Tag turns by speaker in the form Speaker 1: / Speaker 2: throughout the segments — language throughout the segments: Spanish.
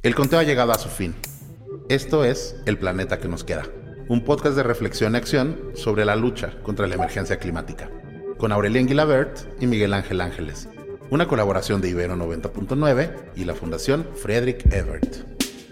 Speaker 1: El conteo ha llegado a su fin. Esto es El Planeta que nos queda, un podcast de reflexión y acción sobre la lucha contra la emergencia climática, con Aurélien Guilabert y Miguel Ángel Ángeles, una colaboración de Ibero 90.9 y la Fundación Friedrich Ebert.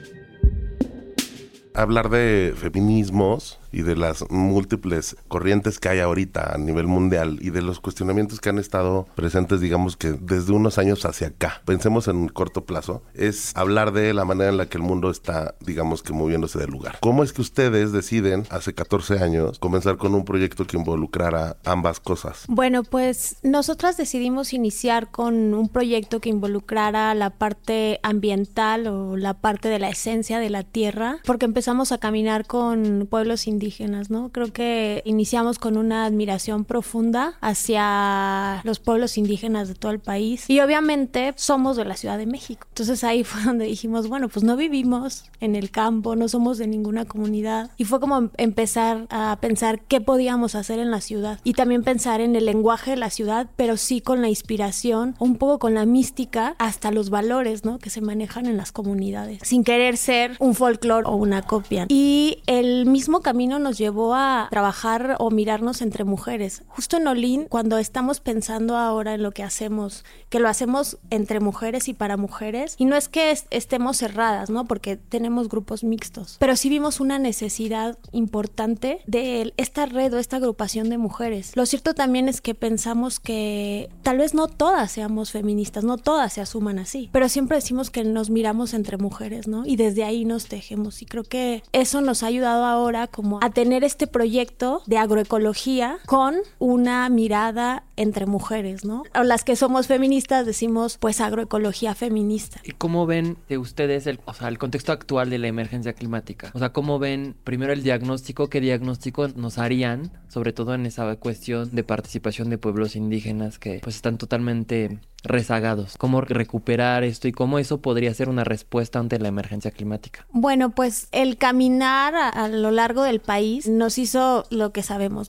Speaker 2: Hablar de feminismos y de las múltiples corrientes que hay ahorita a nivel mundial y de los cuestionamientos que han estado presentes, digamos que desde unos años hacia acá, pensemos en un corto plazo, es hablar de la manera en la que el mundo está, digamos que moviéndose del lugar. ¿Cómo es que ustedes deciden, hace 14 años, comenzar con un proyecto que involucrara ambas cosas?
Speaker 3: Bueno, pues nosotras decidimos iniciar con un proyecto que involucrara la parte ambiental o la parte de la esencia de la tierra, porque empezamos a caminar con pueblos indígenas, ¿no? Creo que iniciamos con una admiración profunda hacia los pueblos indígenas de todo el país y obviamente somos de la Ciudad de México. Entonces ahí fue donde dijimos, bueno, pues no vivimos en el campo, no somos de ninguna comunidad y fue como empezar a pensar qué podíamos hacer en la ciudad y también pensar en el lenguaje de la ciudad, pero sí con la inspiración, un poco con la mística, hasta los valores, ¿no? Que se manejan en las comunidades, sin querer ser un folclore o una copia. Y el mismo camino nos llevó a trabajar o mirarnos entre mujeres. Justo en Olin, cuando estamos pensando ahora en lo que hacemos, que lo hacemos entre mujeres y para mujeres, y no es que estemos cerradas, ¿no? Porque tenemos grupos mixtos, pero sí vimos una necesidad importante de esta red o esta agrupación de mujeres. Lo cierto también es que pensamos que tal vez no todas seamos feministas, no todas se asuman así, pero siempre decimos que nos miramos entre mujeres, ¿no? Y desde ahí nos tejemos, y creo que eso nos ha ayudado ahora como a tener este proyecto de agroecología con una mirada entre mujeres, ¿no? O las que somos feministas decimos, pues, agroecología feminista.
Speaker 4: ¿Y cómo ven de ustedes el contexto actual de la emergencia climática? O sea, ¿cómo ven primero el diagnóstico? ¿Qué diagnóstico nos harían? Sobre todo en esa cuestión de participación de pueblos indígenas que pues están totalmente rezagados. ¿Cómo recuperar esto y cómo eso podría ser una respuesta ante la emergencia climática?
Speaker 3: Bueno, pues el caminar a lo largo del país nos hizo lo que sabemos.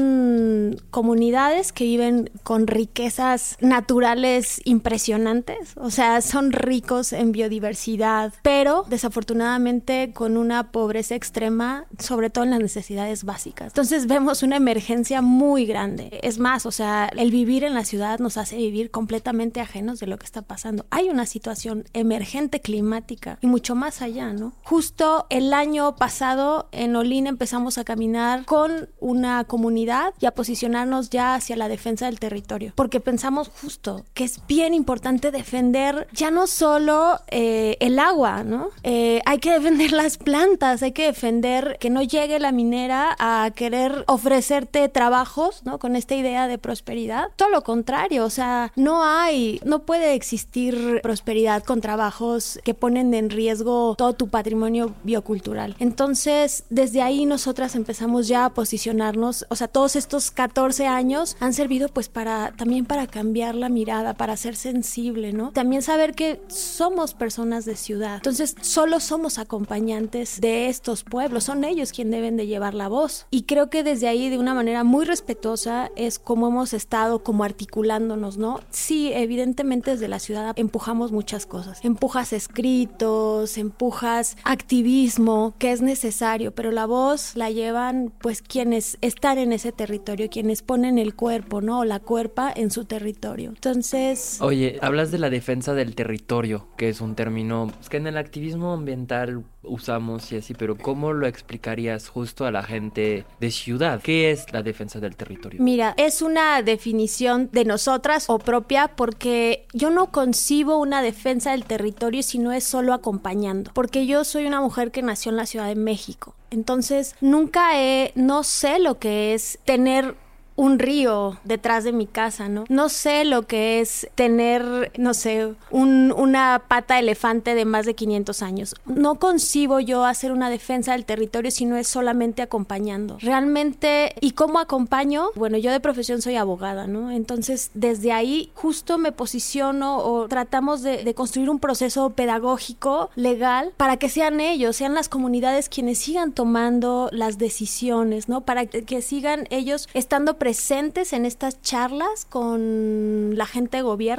Speaker 3: Son comunidades que viven con riquezas naturales impresionantes, o sea, son ricos en biodiversidad, pero desafortunadamente con una pobreza extrema, sobre todo en las necesidades básicas. Entonces vemos una emergencia muy grande. Es más, o sea, el vivir en la ciudad nos hace vivir completamente ajenos de lo que está pasando. Hay una situación emergente climática y mucho más allá, ¿no? Justo el año pasado en Olin empezamos a caminar con una comunidad y a posicionarnos ya hacia la defensa del territorio, porque pensamos justo que es bien importante defender ya no solo el agua, ¿no? Hay que defender las plantas, hay que defender que no llegue la minera a querer ofrecerte trabajos, ¿no? Con esta idea de prosperidad. Todo lo contrario, o sea, no puede existir prosperidad con trabajos que ponen en riesgo todo tu patrimonio biocultural. Entonces, desde ahí nosotras empezamos ya a posicionarnos, o sea, todos estos 14 años han servido pues también para cambiar la mirada, para ser sensible, ¿no? También saber que somos personas de ciudad, entonces solo somos acompañantes de estos pueblos, son ellos quienes deben de llevar la voz. Y creo que desde ahí, de una manera muy respetuosa, es como hemos estado como articulándonos, ¿no? Sí, evidentemente desde la ciudad empujamos muchas cosas. Empujas escritos, empujas activismo, que es necesario, pero la voz la llevan pues quienes están en ese territorio, quienes ponen el cuerpo, ¿no? O la cuerpa en su territorio. Entonces...
Speaker 4: Oye, hablas de la defensa del territorio, que es un término que en el activismo ambiental usamos y así, pero ¿cómo lo explicarías justo a la gente de ciudad? ¿Qué es la defensa del territorio?
Speaker 3: Mira, es una definición de nosotras o propia, porque yo no concibo una defensa del territorio si no es solo acompañando, porque yo soy una mujer que nació en la Ciudad de México, entonces no sé lo que es tener un río detrás de mi casa, ¿no? No sé lo que es tener, no sé, una pata de elefante de más de 500 años. No concibo yo hacer una defensa del territorio si no es solamente acompañando. Realmente, ¿y cómo acompaño? Bueno, yo de profesión soy abogada, ¿no? Entonces, desde ahí justo me posiciono o tratamos de construir un proceso pedagógico, legal, para que sean ellos, sean las comunidades quienes sigan tomando las decisiones, ¿no? Para que sigan ellos estando presentes en estas charlas con la gente de gobierno,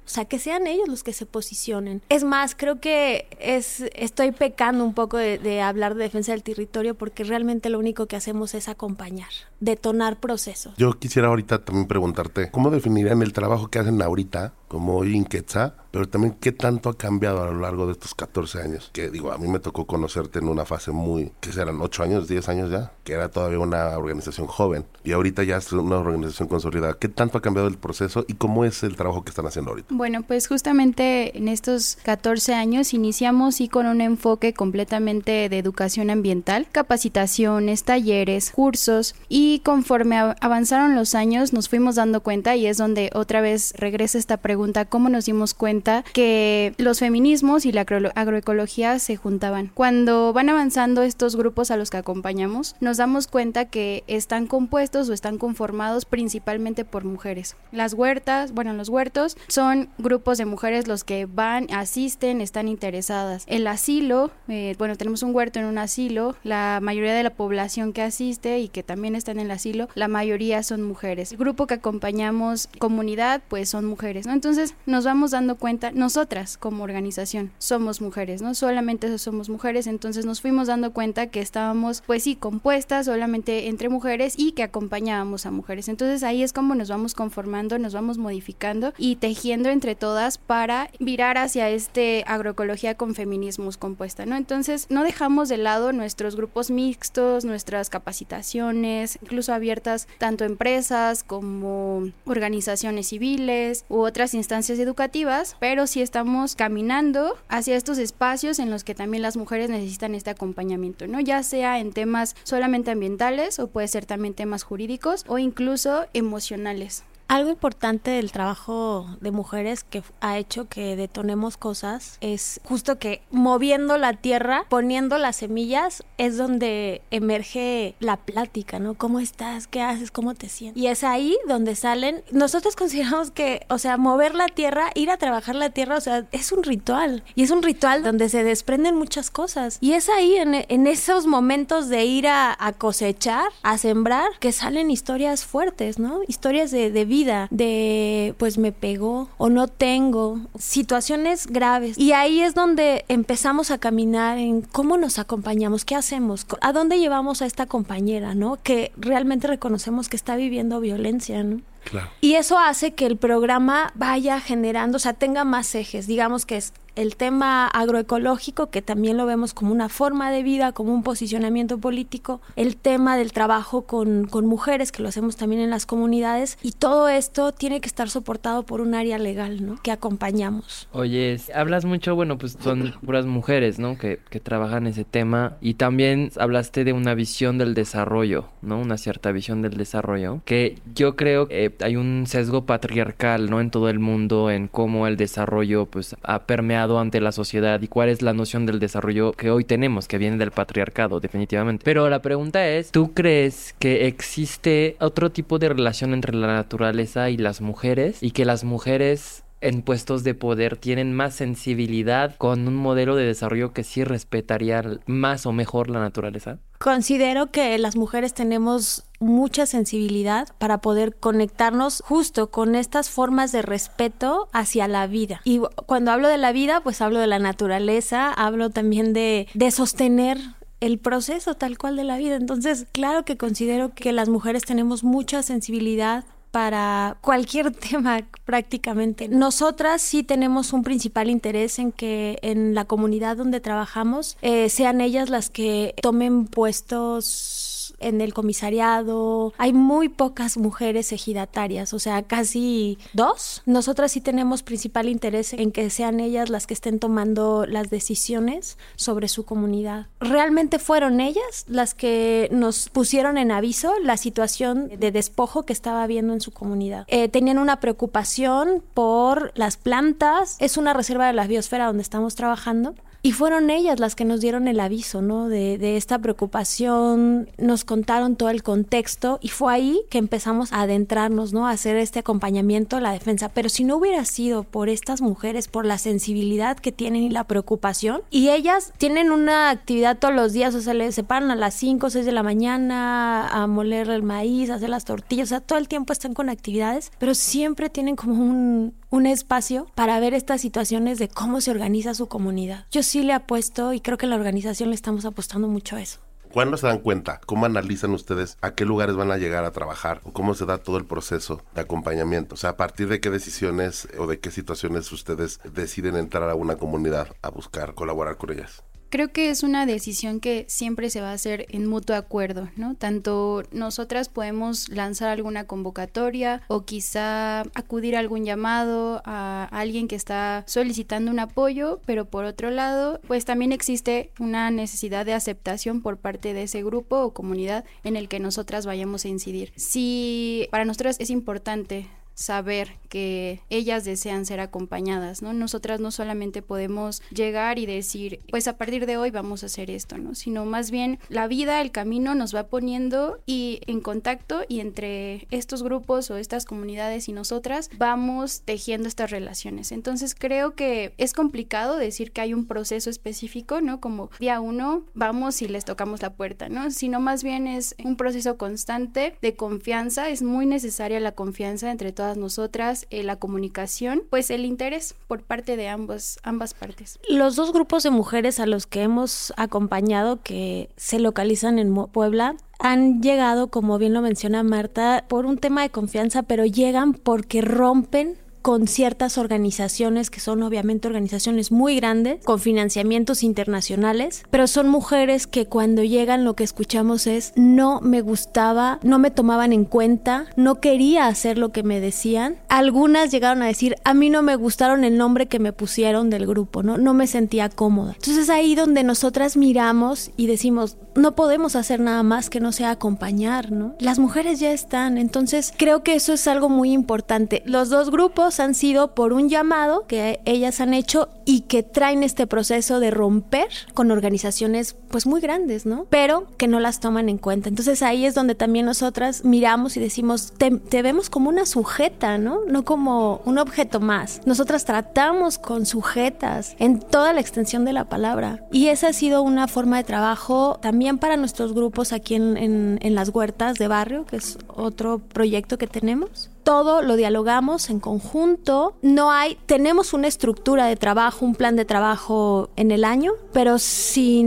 Speaker 3: O sea, que sean ellos los que se posicionen. Es más, creo que estoy pecando un poco de hablar de defensa del territorio porque realmente lo único que hacemos es acompañar, detonar procesos.
Speaker 2: Yo quisiera ahorita también preguntarte, ¿cómo definirían el trabajo que hacen ahorita como hoy en Quetzá, pero también qué tanto ha cambiado a lo largo de estos 14 años? Que digo, a mí me tocó conocerte en una fase muy, que serán 8 años, 10 años ya, que era todavía una organización joven y ahorita ya es una organización consolidada. ¿Qué tanto ha cambiado el proceso y cómo es el trabajo que están haciendo ahorita?
Speaker 5: Bueno, pues justamente en estos 14 años iniciamos sí con un enfoque completamente de educación ambiental, capacitaciones, talleres, cursos, y conforme avanzaron los años nos fuimos dando cuenta, y es donde otra vez regresa esta pregunta, ¿cómo nos dimos cuenta que los feminismos y la agroecología se juntaban? Cuando van avanzando estos grupos a los que acompañamos, nos damos cuenta que están compuestos o están conformados principalmente por mujeres. Las huertas, bueno, los huertos son grupos de mujeres los que van, asisten, están interesadas. El asilo, bueno, tenemos un huerto en un asilo, la mayoría de la población que asiste y que también está en el asilo, la mayoría son mujeres. El grupo que acompañamos, comunidad, pues son mujeres, ¿no? Entonces nos vamos dando cuenta, nosotras como organización somos mujeres, no solamente somos mujeres, entonces nos fuimos dando cuenta que estábamos, pues sí, compuestas solamente entre mujeres y que acompañábamos a mujeres. Entonces ahí es como nos vamos conformando, nos vamos modificando y tejiendo entre todas para virar hacia agroecología con feminismos compuesta, ¿no? Entonces no dejamos de lado nuestros grupos mixtos, nuestras capacitaciones, incluso abiertas tanto a empresas como organizaciones civiles u otras instancias educativas, pero sí estamos caminando hacia estos espacios en los que también las mujeres necesitan este acompañamiento, ¿no? Ya sea en temas solamente ambientales o puede ser también temas jurídicos o incluso emocionales.
Speaker 3: Algo importante del trabajo de mujeres que ha hecho que detonemos cosas es justo que moviendo la tierra, poniendo las semillas, es donde emerge la plática, ¿no? ¿Cómo estás? ¿Qué haces? ¿Cómo te sientes? Y es ahí donde salen. Nosotros consideramos que, o sea, mover la tierra, ir a trabajar la tierra, o sea, es un ritual. Y es un ritual donde se desprenden muchas cosas. Y es ahí, en esos momentos de ir a cosechar, a sembrar, que salen historias fuertes, ¿no? Historias de vida, de pues me pegó o no tengo, situaciones graves. Y ahí es donde empezamos a caminar en cómo nos acompañamos, qué hacemos, a dónde llevamos a esta compañera, ¿no? Que realmente reconocemos que está viviendo violencia, ¿no?
Speaker 2: Claro.
Speaker 3: Y eso hace que el programa vaya generando, o sea, tenga más ejes. Digamos que es el tema agroecológico, que también lo vemos como una forma de vida, como un posicionamiento político, el tema del trabajo con mujeres, que lo hacemos también en las comunidades, y todo esto tiene que estar soportado por un área legal, ¿no? Que acompañamos.
Speaker 4: Oye, hablas mucho, bueno, pues son puras mujeres, ¿no? Que trabajan ese tema, y también hablaste de una visión del desarrollo, ¿no? Una cierta visión del desarrollo, que yo creo que hay un sesgo patriarcal, ¿no? En todo el mundo, en cómo el desarrollo, pues, ha permeado ante la sociedad y cuál es la noción del desarrollo que hoy tenemos, que viene del patriarcado, definitivamente. Pero la pregunta es, ¿tú crees que existe otro tipo de relación entre la naturaleza y las mujeres, y que las mujeres en puestos de poder tienen más sensibilidad con un modelo de desarrollo que sí respetaría más o mejor la naturaleza?
Speaker 3: Considero que las mujeres tenemos mucha sensibilidad para poder conectarnos justo con estas formas de respeto hacia la vida. Y cuando hablo de la vida, pues hablo de la naturaleza, hablo también de sostener el proceso tal cual de la vida. Entonces, claro que considero que las mujeres tenemos mucha sensibilidad para cualquier tema prácticamente. Nosotras sí tenemos un principal interés en que en la comunidad donde trabajamos sean ellas las que tomen puestos en el comisariado. Hay muy pocas mujeres ejidatarias, o sea, casi 2. Nosotras sí tenemos principal interés en que sean ellas las que estén tomando las decisiones sobre su comunidad. Realmente fueron ellas las que nos pusieron en aviso la situación de despojo que estaba habiendo en su comunidad. Tenían una preocupación por las plantas. Es una reserva de la biosfera donde estamos trabajando. Y fueron ellas las que nos dieron el aviso, ¿no? De esta preocupación, nos contaron todo el contexto y fue ahí que empezamos a adentrarnos, ¿no? A hacer este acompañamiento a la defensa. Pero si no hubiera sido por estas mujeres, por la sensibilidad que tienen y la preocupación, y ellas tienen una actividad todos los días, o sea, se paran a las 5 o 6 de la mañana a moler el maíz, a hacer las tortillas, o sea, todo el tiempo están con actividades, pero siempre tienen como un espacio para ver estas situaciones de cómo se organiza su comunidad. Yo sí le apuesto y creo que en la organización le estamos apostando mucho a eso.
Speaker 2: ¿Cuándo se dan cuenta? ¿Cómo analizan ustedes a qué lugares van a llegar a trabajar? ¿O cómo se da todo el proceso de acompañamiento? O sea, ¿a partir de qué decisiones o de qué situaciones ustedes deciden entrar a una comunidad a buscar colaborar con ellas?
Speaker 5: Creo que es una decisión que siempre se va a hacer en mutuo acuerdo, ¿no? Tanto nosotras podemos lanzar alguna convocatoria o quizá acudir a algún llamado a alguien que está solicitando un apoyo, pero por otro lado, pues también existe una necesidad de aceptación por parte de ese grupo o comunidad en el que nosotras vayamos a incidir. Sí, para nosotras es importante saber que ellas desean ser acompañadas, ¿no? Nosotras no solamente podemos llegar y decir, pues a partir de hoy vamos a hacer esto, ¿no? Sino más bien la vida, el camino nos va poniendo y en contacto, y entre estos grupos o estas comunidades y nosotras vamos tejiendo estas relaciones. Entonces creo que es complicado decir que hay un proceso específico, ¿no? Como día 1 vamos y les tocamos la puerta, ¿no? Sino más bien es un proceso constante de confianza. Es muy necesaria la confianza entre todas nosotras, la comunicación, pues el interés por parte de ambas partes.
Speaker 3: Los 2 grupos de mujeres a los que hemos acompañado, que se localizan en Puebla, han llegado, como bien lo menciona Marta, por un tema de confianza, pero llegan porque rompen con ciertas organizaciones que son obviamente organizaciones muy grandes, con financiamientos internacionales, pero son mujeres que cuando llegan lo que escuchamos es: no me gustaba, no me tomaban en cuenta, no quería hacer lo que me decían. Algunas llegaron a decir: a mí no me gustaron el nombre que me pusieron del grupo, no me sentía cómoda. Entonces ahí donde nosotras miramos y decimos: no podemos hacer nada más que no sea acompañar, ¿no? Las mujeres ya están, entonces creo que eso es algo muy importante. Los 2 grupos han sido por un llamado que ellas han hecho y que traen este proceso de romper con organizaciones pues muy grandes, ¿no? Pero que no las toman en cuenta. Entonces ahí es donde también nosotras miramos y decimos: te vemos como una sujeta, ¿no? No como un objeto más. Nosotras tratamos con sujetas en toda la extensión de la palabra. Y esa ha sido una forma de trabajo también para nuestros grupos aquí en las huertas de barrio, que es otro proyecto que tenemos. Todo lo dialogamos en conjunto. Tenemos una estructura de trabajo, un plan de trabajo en el año, pero si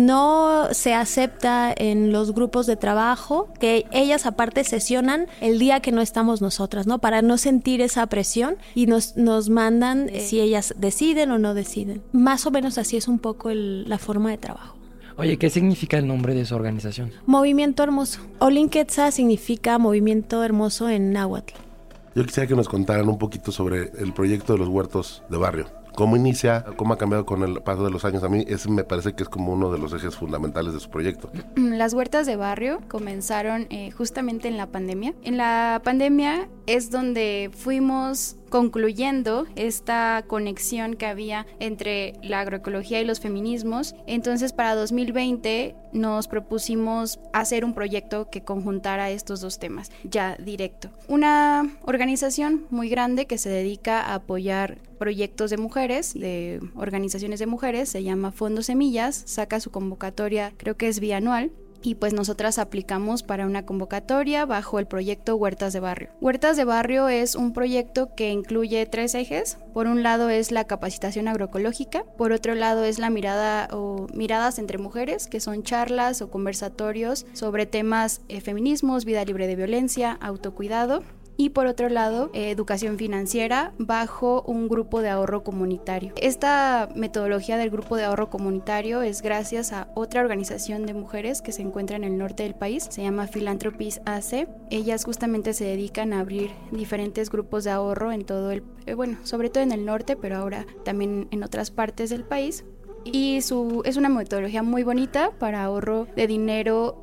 Speaker 3: no se acepta en los grupos de trabajo, que ellas aparte sesionan el día que no estamos nosotras, ¿no? Para no sentir esa presión, y nos mandan si ellas deciden o no deciden. Más o menos así es un poco la forma de trabajo.
Speaker 4: Oye, ¿qué significa el nombre de su organización?
Speaker 3: Movimiento Hermoso. Olinquetza significa movimiento hermoso en náhuatl.
Speaker 2: Yo quisiera que nos contaran un poquito sobre el proyecto de los huertos de barrio. ¿Cómo inicia? ¿Cómo ha cambiado con el paso de los años? A mí ese me parece que es como uno de los ejes fundamentales de su proyecto.
Speaker 5: Las huertas de barrio comenzaron justamente en la pandemia. En la pandemia es donde fuimos concluyendo esta conexión que había entre la agroecología y los feminismos. Entonces para 2020 nos propusimos hacer un proyecto que conjuntara estos 2 temas, ya directo. Una organización muy grande que se dedica a apoyar proyectos de mujeres, de organizaciones de mujeres, se llama Fondo Semillas, saca su convocatoria, creo que es bianual. Y pues nosotras aplicamos para una convocatoria bajo el proyecto Huertas de Barrio. Huertas de Barrio es un proyecto que incluye 3 ejes. Por un lado es la capacitación agroecológica, por otro lado es la mirada o miradas entre mujeres, que son charlas o conversatorios sobre temas feminismos, vida libre de violencia, autocuidado. Y por otro lado, educación financiera bajo un grupo de ahorro comunitario. Esta metodología del grupo de ahorro comunitario es gracias a otra organización de mujeres que se encuentra en el norte del país, se llama Philanthropies AC. Ellas justamente se dedican a abrir diferentes grupos de ahorro en todo sobre todo en el norte, pero ahora también en otras partes del país. Y es una metodología muy bonita para ahorro de dinero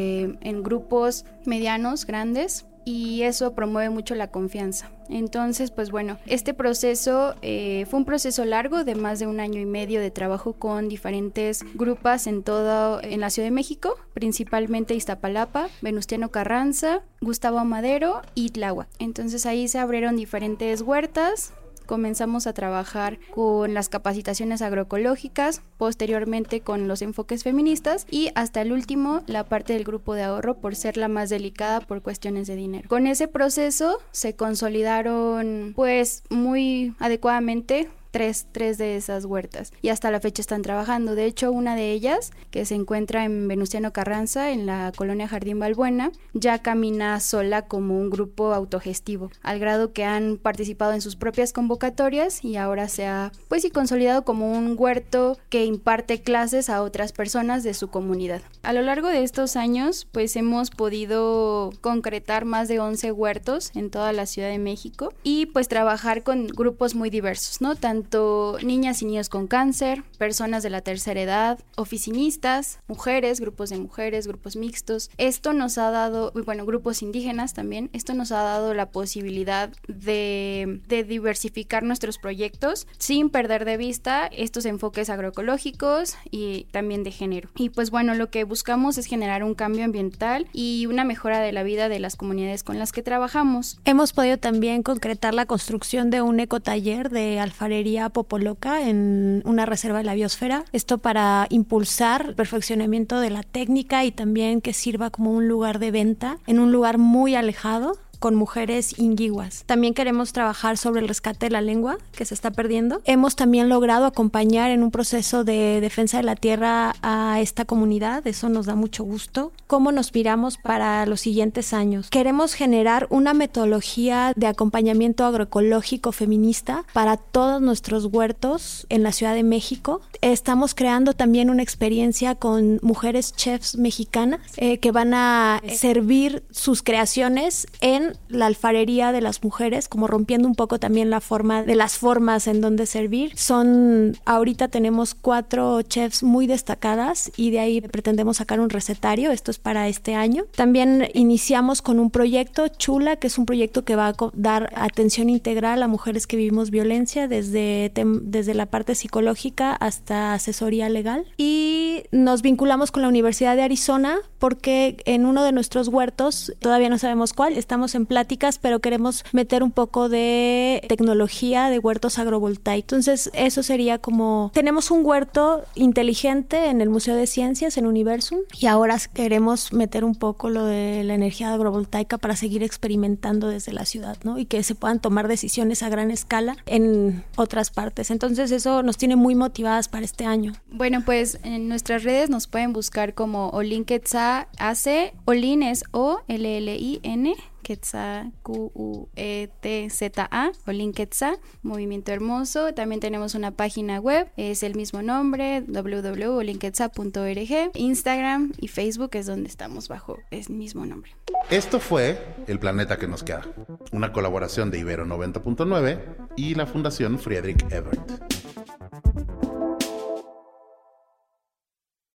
Speaker 5: en grupos medianos, grandes, y eso promueve mucho la confianza. Entonces, pues bueno, este proceso fue un proceso largo de más de 1 año y medio de trabajo con diferentes grupos en la Ciudad de México, principalmente Iztapalapa, Venustiano Carranza, Gustavo Amadero y Tláhuac. Entonces ahí se abrieron diferentes huertas comenzamos a trabajar con las capacitaciones agroecológicas, posteriormente con los enfoques feministas y hasta el último la parte del grupo de ahorro por ser la más delicada por cuestiones de dinero. Con ese proceso se consolidaron pues muy adecuadamente tres de esas huertas y hasta la fecha están trabajando. De hecho, una de ellas, que se encuentra en Venustiano Carranza, en la colonia Jardín Balbuena, ya camina sola como un grupo autogestivo, al grado que han participado en sus propias convocatorias y ahora se ha pues sí consolidado como un huerto que imparte clases a otras personas de su comunidad. A lo largo de estos años pues hemos podido concretar más de 11 huertos en toda la Ciudad de México y pues trabajar con grupos muy diversos, ¿no? Tanto niñas y niños con cáncer, personas de la tercera edad, oficinistas, mujeres, grupos mixtos. Esto nos ha dado, bueno, grupos indígenas también, esto nos ha dado la posibilidad de diversificar nuestros proyectos sin perder de vista estos enfoques agroecológicos y también de género. Y pues bueno, lo que buscamos es generar un cambio ambiental y una mejora de la vida de las comunidades con las que trabajamos.
Speaker 3: Hemos podido también concretar la construcción de un ecotaller de alfarería Popoloca en una reserva de la biosfera. Esto para impulsar el perfeccionamiento de la técnica y también que sirva como un lugar de venta en un lugar muy alejado, con mujeres inguiguas. También queremos trabajar sobre el rescate de la lengua que se está perdiendo. Hemos también logrado acompañar en un proceso de defensa de la tierra a esta comunidad, eso nos da mucho gusto. ¿Cómo nos miramos para los siguientes años? Queremos generar una metodología de acompañamiento agroecológico feminista para todos nuestros huertos en la Ciudad de México. Estamos creando también una experiencia con mujeres chefs mexicanas que van a servir sus creaciones en la alfarería de las mujeres, como rompiendo un poco también la forma de las formas en donde servir. Ahorita tenemos 4 chefs muy destacadas y de ahí pretendemos sacar un recetario, esto es para este año. También iniciamos con un proyecto Chula, que es un proyecto que va a dar atención integral a mujeres que vivimos violencia desde la parte psicológica hasta asesoría legal, y nos vinculamos con la Universidad de Arizona porque en uno de nuestros huertos, todavía no sabemos cuál, estamos en pláticas, pero queremos meter un poco de tecnología de huertos agrovoltaicos. Entonces eso sería como, tenemos un huerto inteligente en el Museo de Ciencias en Universum y ahora queremos meter un poco lo de la energía agrovoltaica para seguir experimentando desde la ciudad, ¿no? Y que se puedan tomar decisiones a gran escala en otras partes. Entonces eso nos tiene muy motivadas para este año.
Speaker 5: Bueno, pues en nuestras redes nos pueden buscar como Olin Quetzá AC. Olin es OLLIN, Quetzá, QUETZA, Olin Quetzá, Movimiento Hermoso. También tenemos una página web, es el mismo nombre, www.olinquetzá.org. Instagram y Facebook es donde estamos bajo el mismo nombre.
Speaker 1: Esto fue El Planeta que nos queda, una colaboración de Ibero 90.9 y la Fundación Friedrich Ebert.